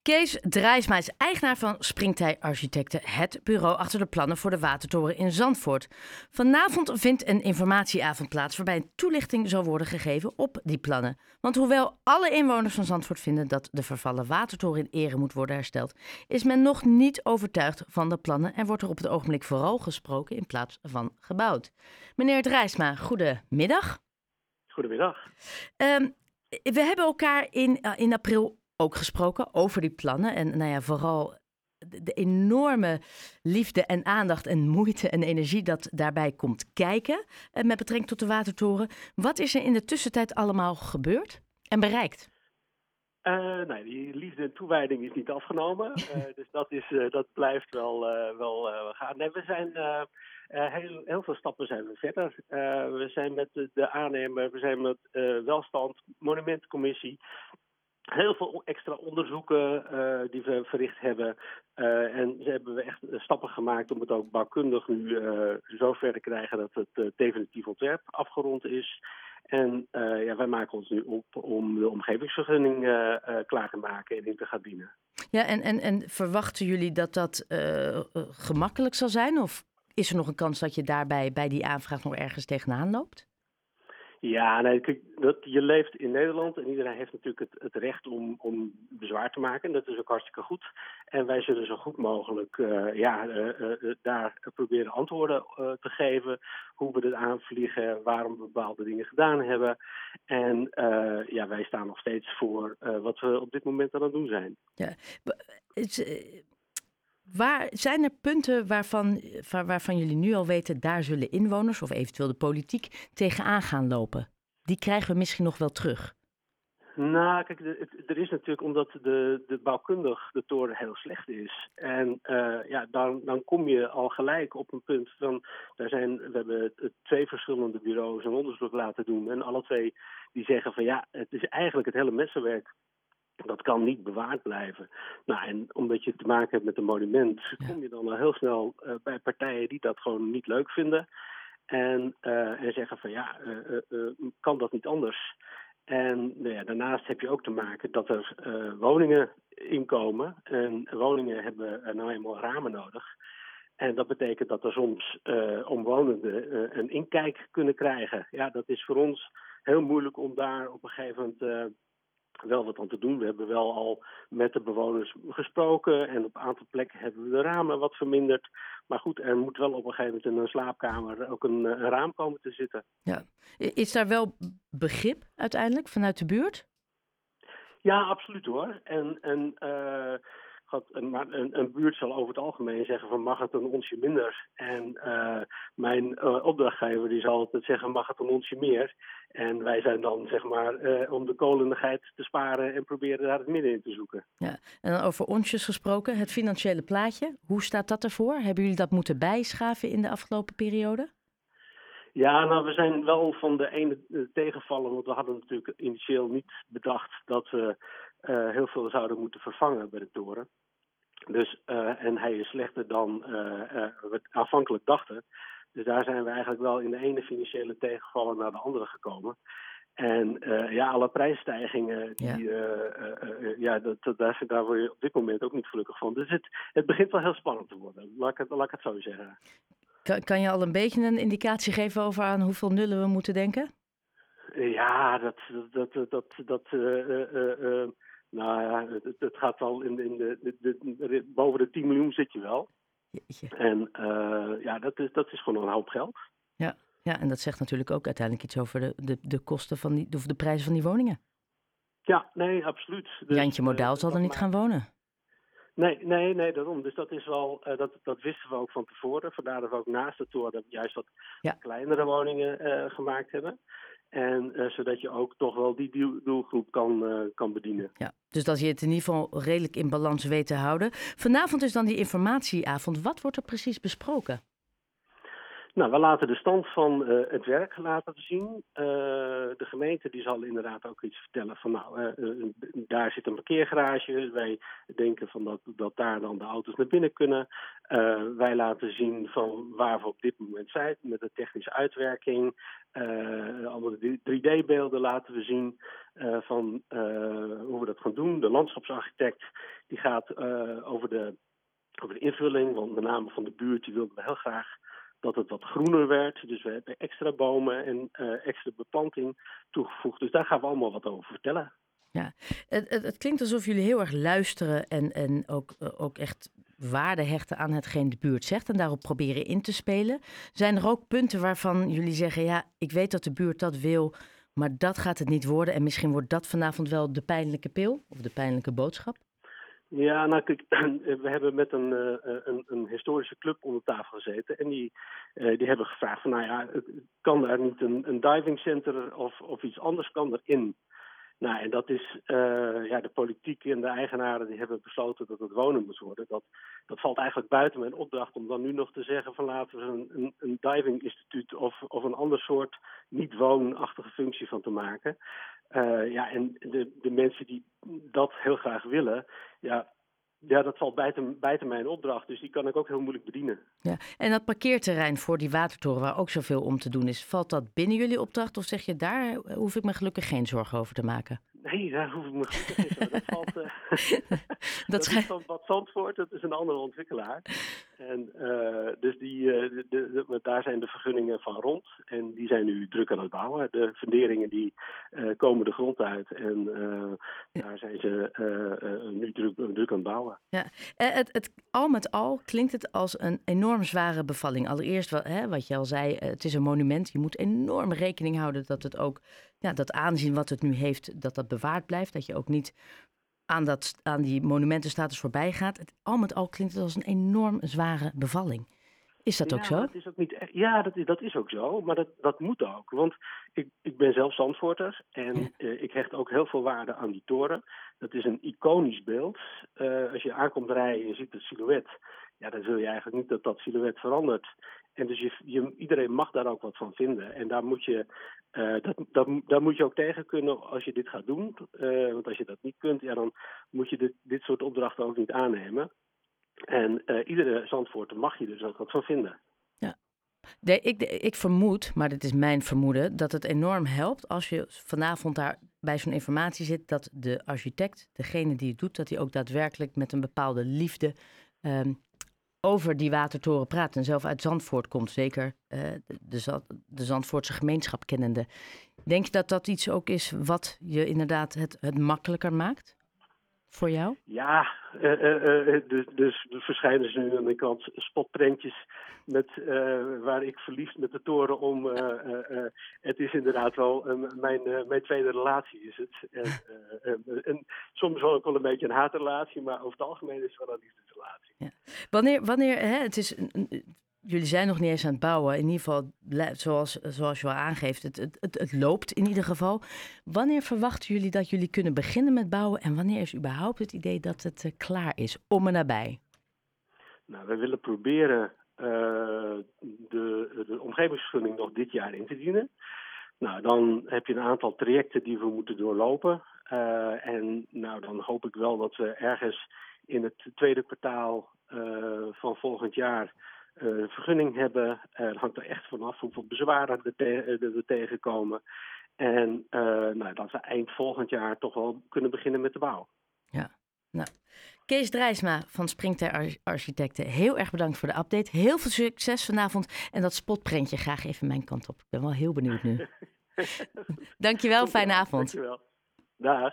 Kees Drijsma is eigenaar van Springtij Architecten, het bureau achter de plannen voor de watertoren in Zandvoort. Vanavond vindt een informatieavond plaats waarbij een toelichting zal worden gegeven op die plannen. Want hoewel alle inwoners van Zandvoort vinden dat de vervallen watertoren in ere moet worden hersteld, is men nog niet overtuigd van de plannen en wordt er op het ogenblik vooral gesproken in plaats van gebouwd. Meneer Drijsma, goedemiddag. Goedemiddag. We hebben elkaar in april ook gesproken over die plannen. En vooral de enorme liefde en aandacht en moeite en energie dat daarbij komt kijken met betrekking tot de watertoren. Wat is er in de tussentijd allemaal gebeurd en bereikt? Die liefde en toewijding is niet afgenomen. Dus dat blijft wel gaan. Nee, we zijn heel veel stappen zijn we verder. We zijn met de aannemer, we zijn met Welstand, Monumentencommissie. Heel veel extra onderzoeken die we verricht hebben. En ze hebben echt stappen gemaakt om het ook bouwkundig nu zover te krijgen dat het definitief ontwerp afgerond is. En wij maken ons nu op om de omgevingsvergunning klaar te maken en in te gaan dienen. Ja, en verwachten jullie dat gemakkelijk zal zijn? Of is er nog een kans dat je daarbij bij die aanvraag nog ergens tegenaan loopt? Ja, nee, kijk, je leeft in Nederland en iedereen heeft natuurlijk het recht om bezwaar te maken. Dat is ook hartstikke goed. En wij zullen zo goed mogelijk daar proberen antwoorden te geven. Hoe we dit aanvliegen, waarom we bepaalde dingen gedaan hebben. En wij staan nog steeds voor wat we op dit moment aan het doen zijn. Ja. Zijn er punten waarvan jullie nu al weten, daar zullen inwoners of eventueel de politiek tegenaan gaan lopen? Die krijgen we misschien nog wel terug. Nou, kijk, er is natuurlijk, omdat de bouwkundig de toren heel slecht is. En dan kom je al gelijk op een punt van, we hebben 2 verschillende bureaus een onderzoek laten doen. En alle 2 die zeggen van het is eigenlijk het hele messenwerk. Dat kan niet bewaard blijven. Nou, en omdat je te maken hebt met een monument, kom je dan al heel snel bij partijen die dat gewoon niet leuk vinden. En zeggen van kan dat niet anders? En daarnaast heb je ook te maken dat er woningen inkomen. En woningen hebben nou eenmaal ramen nodig. En dat betekent dat er soms omwonenden een inkijk kunnen krijgen. Ja, dat is voor ons heel moeilijk om daar op een gegeven moment wel wat aan te doen. We hebben wel al met de bewoners gesproken en op een aantal plekken hebben we de ramen wat verminderd. Maar goed, er moet wel op een gegeven moment in een slaapkamer ook een raam komen te zitten. Ja. Is daar wel begrip uiteindelijk vanuit de buurt? Ja, absoluut hoor. Maar een buurt zal over het algemeen zeggen van mag het een onsje minder. En mijn opdrachtgever die zal altijd zeggen mag het een onsje meer. En wij zijn dan zeg maar om de kolenigheid te sparen en proberen daar het midden in te zoeken. Ja, en dan over onsjes gesproken, het financiële plaatje. Hoe staat dat ervoor? Hebben jullie dat moeten bijschaven in de afgelopen periode? Ja, nou we zijn wel van de ene tegenvallen, want we hadden natuurlijk initieel niet bedacht dat we heel veel zouden moeten vervangen bij de toren. Dus, en hij is slechter dan we aanvankelijk dachten. Dus daar zijn we eigenlijk wel in de ene financiële tegenvallen naar de andere gekomen. En alle prijsstijgingen, daar word je op dit moment ook niet gelukkig van. Dus het begint wel heel spannend te worden, laat ik het zo zeggen. Kan je al een beetje een indicatie geven over aan hoeveel nullen we moeten denken? Ja, het gaat al boven de 10 miljoen zit je wel. Jeetje. En dat is gewoon een hoop geld. Ja, en dat zegt natuurlijk ook uiteindelijk iets over de kosten van de prijzen van die woningen. Ja, nee, absoluut. Dus, Jantje Modaal zal er niet gaan wonen. Nee, daarom. Dus dat is wel, dat wisten we ook van tevoren. Vandaar dat we ook naast de toren juist wat kleinere woningen gemaakt hebben. En zodat je ook toch wel die doelgroep kan bedienen. Ja, dus dat je het in ieder geval redelijk in balans weet te houden. Vanavond is dan die informatieavond. Wat wordt er precies besproken? Nou, we laten de stand van het werk laten zien. De gemeente die zal inderdaad ook iets vertellen van daar zit een parkeergarage. Wij denken van dat daar dan de auto's naar binnen kunnen. Wij laten zien van waar we op dit moment zijn met de technische uitwerking. Allemaal de 3D-beelden laten we zien van hoe we dat gaan doen. De landschapsarchitect die gaat over de invulling, want met name van de buurt die wilden we heel graag dat het wat groener werd. Dus we hebben extra bomen en extra beplanting toegevoegd. Dus daar gaan we allemaal wat over vertellen. Ja, het klinkt alsof jullie heel erg luisteren en ook echt waarde hechten aan hetgeen de buurt zegt en daarop proberen in te spelen. Zijn er ook punten waarvan jullie zeggen, ja, ik weet dat de buurt dat wil, maar dat gaat het niet worden en misschien wordt dat vanavond wel de pijnlijke pil of de pijnlijke boodschap? Ja, nou kijk, we hebben met een historische club om de tafel gezeten en die hebben gevraagd van, kan daar niet een diving center of iets anders kan erin? Nou, en dat is, de politiek en de eigenaren die hebben besloten dat het wonen moet worden. Dat valt eigenlijk buiten mijn opdracht om dan nu nog te zeggen van laten we een diving instituut of een ander soort niet-woonachtige functie van te maken. En de mensen die dat heel graag willen, dat valt buiten mijn opdracht. Dus die kan ik ook heel moeilijk bedienen. Ja. En dat parkeerterrein voor die watertoren waar ook zoveel om te doen is, valt dat binnen jullie opdracht? Of zeg je, daar hoef ik me gelukkig geen zorgen over te maken? Nee, daar hoef ik me gelukkig geen zorgen. Dat is van Bad Zandvoort, dat is een andere ontwikkelaar. En dus daar zijn de vergunningen van rond. En die zijn nu druk aan het bouwen. De funderingen die komen de grond uit. En daar zijn ze nu druk aan het bouwen. Ja. Al met al klinkt het als een enorm zware bevalling. Allereerst, wat je al zei, het is een monument. Je moet enorm rekening houden dat het ook, dat aanzien wat het nu heeft, dat bewaard blijft. Dat je ook niet aan die monumentenstatus voorbij gaat. Al met al klinkt het als een enorm zware bevalling. Is dat ook zo? Dat is ook niet echt, dat is ook zo, maar dat moet ook. Want ik ben zelf Zandvoorter en ik hecht ook heel veel waarde aan die toren. Dat is een iconisch beeld. Als je aankomt rijden en je ziet het silhouet, dan wil je eigenlijk niet dat silhouet verandert. En dus iedereen mag daar ook wat van vinden. En daar moet je ook tegen kunnen als je dit gaat doen. Want als je dat niet kunt, dan moet je dit soort opdrachten ook niet aannemen. En iedere Zandvoorter mag je dus ook wat van vinden. Ja. Ik vermoed, maar dit is mijn vermoeden, dat het enorm helpt als je vanavond daar bij zo'n informatie zit, dat de architect, degene die het doet, dat hij ook daadwerkelijk met een bepaalde liefde over die watertoren praat en zelf uit Zandvoort komt, zeker de Zandvoortse gemeenschap kennende. Denk je dat dat iets ook is wat je inderdaad het makkelijker maakt voor jou? Ja, dus er verschijnen ze nu aan de kant spotprentjes waar ik verliefd met de toren om. Het is inderdaad wel mijn tweede relatie is het. En soms ook wel een beetje een haatrelatie, maar over het algemeen is het wel een liefdesrelatie. Ja. Wanneer het is, jullie zijn nog niet eens aan het bouwen. In ieder geval, zoals je al aangeeft, het loopt in ieder geval. Wanneer verwachten jullie dat jullie kunnen beginnen met bouwen? En wanneer is überhaupt het idee dat het klaar is? Om en nabij. Nou, we willen proberen de omgevingsvergunning nog dit jaar in te dienen. Nou, dan heb je een aantal trajecten die we moeten doorlopen. En dan hoop ik wel dat we ergens in het tweede kwartaal van volgend jaar vergunning hebben. Dat hangt er echt vanaf hoeveel bezwaren we tegenkomen. En dat we eind volgend jaar toch wel kunnen beginnen met de bouw. Ja, nou. Kees Drijsma van Springtij Architecten, heel erg bedankt voor de update. Heel veel succes vanavond en dat spotprentje graag even mijn kant op. Ik ben wel heel benieuwd nu. Dankjewel, fijne avond. Dankjewel. Dag.